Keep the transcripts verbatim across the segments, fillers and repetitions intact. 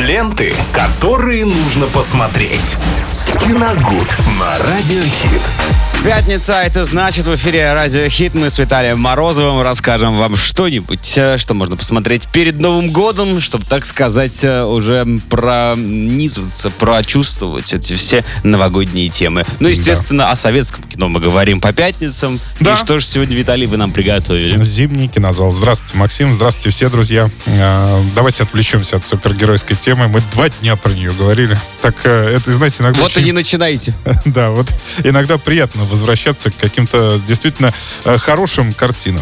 Ленты, которые нужно посмотреть. Киногуд на Радиохит. Пятница, это значит, в эфире Радио Хит. Мы с Виталием Морозовым расскажем вам что-нибудь, что можно посмотреть перед Новым годом, чтобы, так сказать, уже пронизываться, прочувствовать эти все новогодние темы. Ну, естественно, да. О советском кино мы говорим по пятницам. Да. И что же сегодня, Виталий, вы нам приготовили? Зимний кинозал. Здравствуйте, Максим. Здравствуйте, все друзья. Давайте отвлечемся от супергеройской темы. Мы два дня про нее говорили. Так, это, знаете, иногда... Вот очень... и не начинайте. Да, вот иногда приятно возвращаться к каким-то действительно хорошим картинам.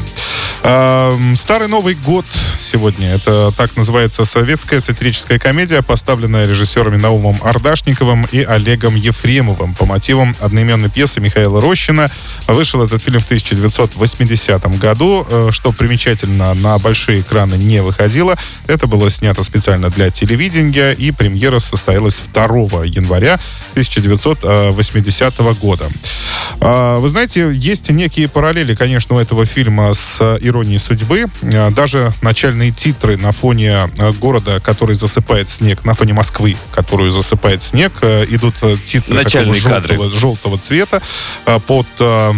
Старый Новый год сегодня. Это так называется советская сатирическая комедия, поставленная режиссерами Наумом Ардашниковым и Олегом Ефремовым по мотивам одноименной пьесы Михаила Рощина. Вышел этот фильм в тысяча девятьсот восьмидесятом году. Что примечательно, на большие экраны не выходило. Это было снято специально для телевидения, и премьера состоялась второго января тысяча девятьсот восьмидесятого года. Вы знаете, есть некие параллели, конечно, у этого фильма с «Иронией судьбы». Даже начальные титры на фоне города, который засыпает снег, на фоне Москвы, которую засыпает снег, идут титры такого желтого, желтого цвета под...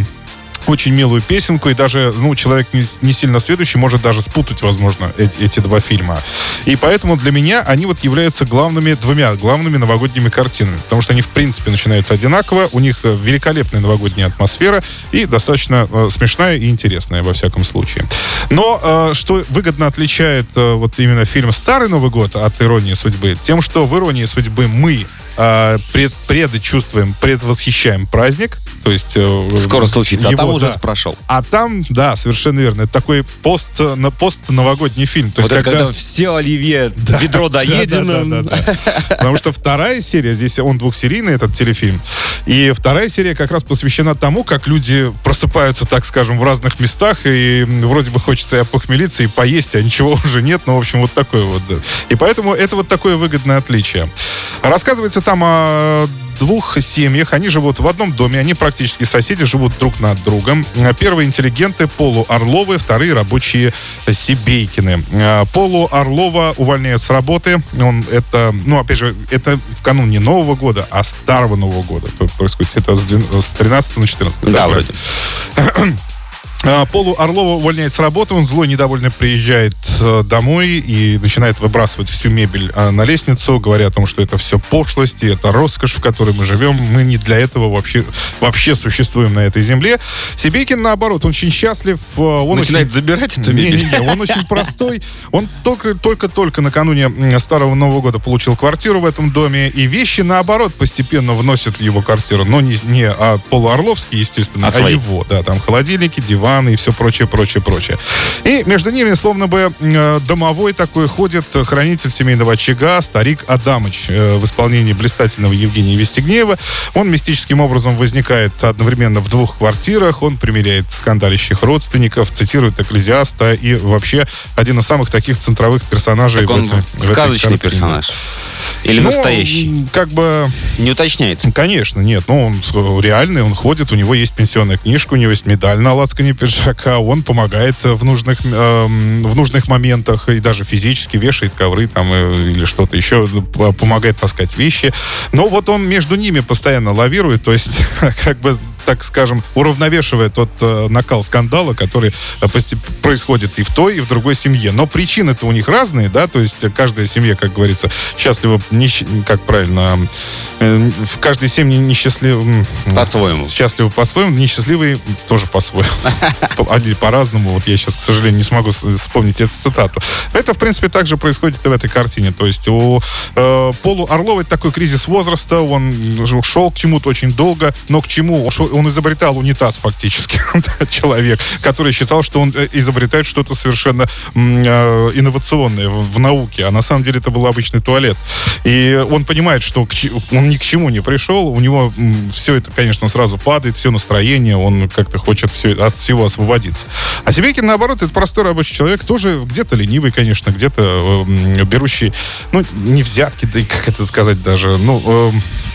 очень милую песенку, и даже, ну, человек не, не сильно сведущий может даже спутать, возможно, эти, эти два фильма. И поэтому для меня они вот являются главными, двумя главными новогодними картинами, потому что они, в принципе, начинаются одинаково, у них великолепная новогодняя атмосфера и достаточно э, смешная и интересная, во всяком случае. Но э, что выгодно отличает э, вот именно фильм «Старый Новый год» от «Иронии судьбы», тем, что в «Иронии судьбы» мы Пред, предчувствуем, предвосхищаем праздник. То есть... Скоро случится, его, а там уже да. прошел. А там, да, совершенно верно. Это такой пост, пост-новогодний фильм. То вот есть, это когда... когда все оливье, да, ведро доедено. Да, да, да, да. Потому что вторая серия, здесь он двухсерийный, этот телефильм, и вторая серия как раз посвящена тому, как люди просыпаются, так скажем, в разных местах, и вроде бы хочется и опохмелиться, и поесть, а ничего уже нет. Ну, в общем, вот такое вот. Да. И поэтому это вот такое выгодное отличие. Рассказывается там о двух семьях. Они живут в одном доме, они практически соседи, живут друг над другом. Первые интеллигенты Полу Орловы, вторые рабочие Сибейкины. Полу Орлова увольняют с работы. Он это, ну, опять же, это в канун не Нового года, а старого Нового года. Тут происходит это с тринадцатого на четырнадцатое. Да, вроде. Полу Орлова увольняет с работы, он злой, недовольный приезжает э, домой и начинает выбрасывать всю мебель э, на лестницу, говоря о том, что это все пошлость, и это роскошь, в которой мы живем. Мы не для этого вообще, вообще существуем на этой земле. Сибейкин, наоборот, он очень счастлив. Э, он начинает очень... забирать эту мебель. Не-не-не, он очень простой. Он только, только-только накануне Старого Нового года получил квартиру в этом доме, и вещи, наоборот, постепенно вносят в его квартиру. Но не, не а Полу Орловский, естественно, а, а его. Да, там холодильники, диваны и все прочее, прочее, прочее. И между ними, словно бы э, домовой такой, ходит хранитель семейного очага, старик Адамыч, э, в исполнении блистательного Евгения Вестигнеева. Он мистическим образом возникает одновременно в двух квартирах, он примиряет скандалящих родственников, цитирует Экклезиаста, и вообще один из самых таких центровых персонажей. Так он в этой, сказочный в персонаж? Или ну, настоящий? Как бы... Не уточняется? Конечно, нет. Ну, он реальный, он ходит, у него есть пенсионная книжка, у него есть медаль на лацкане пиджака, он помогает в нужных, э, в нужных моментах, и даже физически вешает ковры там, э, или что-то еще, помогает таскать вещи. Но вот он между ними постоянно лавирует, то есть, как бы, так скажем, уравновешивая тот э, накал скандала, который э, происходит и в той, и в другой семье. Но причины-то у них разные, да, то есть каждая семья, как говорится, счастлива, не, как правильно, э, в каждой семье несчастлива... По-своему. Счастливы по-своему, несчастливые тоже по-своему. Они по-разному. Вот я сейчас, к сожалению, не смогу вспомнить эту цитату. Это, в принципе, также происходит и в этой картине. То есть у э, Полу Орлова это такой кризис возраста, он шел к чему-то очень долго, но к чему? Он, шел, он изобретал унитаз фактически, человек, который считал, что он изобретает что-то совершенно э, инновационное в, в науке, а на самом деле это был обычный туалет. И он понимает, что к, он ни к чему не пришел, у него м, все это, конечно, сразу падает, все настроение, он как-то хочет все, от всего освободиться. А Сибейкин, наоборот, это простой рабочий человек, тоже где-то ленивый, конечно, где-то э, берущий, ну, не взятки, да и как это сказать даже, ну... Э,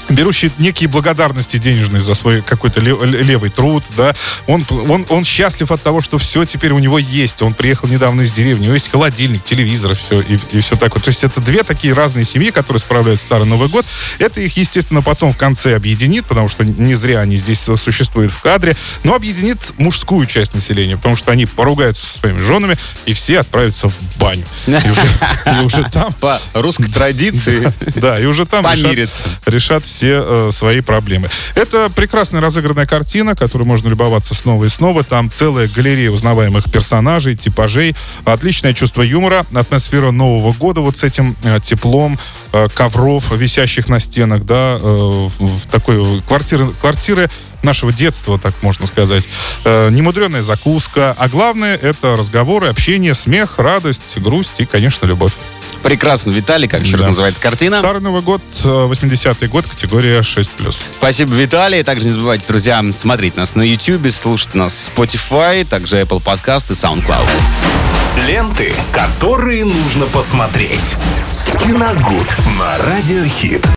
берущий некие благодарности денежные за свой какой-то левый труд, да, он, он, он счастлив от того, что все теперь у него есть, он приехал недавно из деревни, у него есть холодильник, телевизор, все, и, и все такое. То есть это две такие разные семьи, которые справляют Старый Новый год. Это их, естественно, потом в конце объединит, потому что не зря они здесь существуют в кадре, но объединит мужскую часть населения, потому что они поругаются со своими женами, и все отправятся в баню. И уже там... По русской традиции. Да, и уже там решат все все э, свои проблемы. Это прекрасная разыгранная картина, которую можно любоваться снова и снова. Там целая галерея узнаваемых персонажей, типажей, отличное чувство юмора, атмосфера Нового года вот с этим э, теплом, э, ковров, висящих на стенах, да, э, в такой квартиры, квартиры нашего детства, так можно сказать. Э, немудренная закуска, а главное это разговоры, общение, смех, радость, грусть и, конечно, любовь. Прекрасно, Виталий, как еще да. раз называется картина? Старый Новый год, восьмидесятый год, категория шесть плюс. Спасибо, Виталий. Также не забывайте, друзья, смотреть нас на YouTube, слушать нас в Spotify, также Apple Podcast и SoundCloud. Ленты, которые нужно посмотреть. Киногуд на Радио Хит.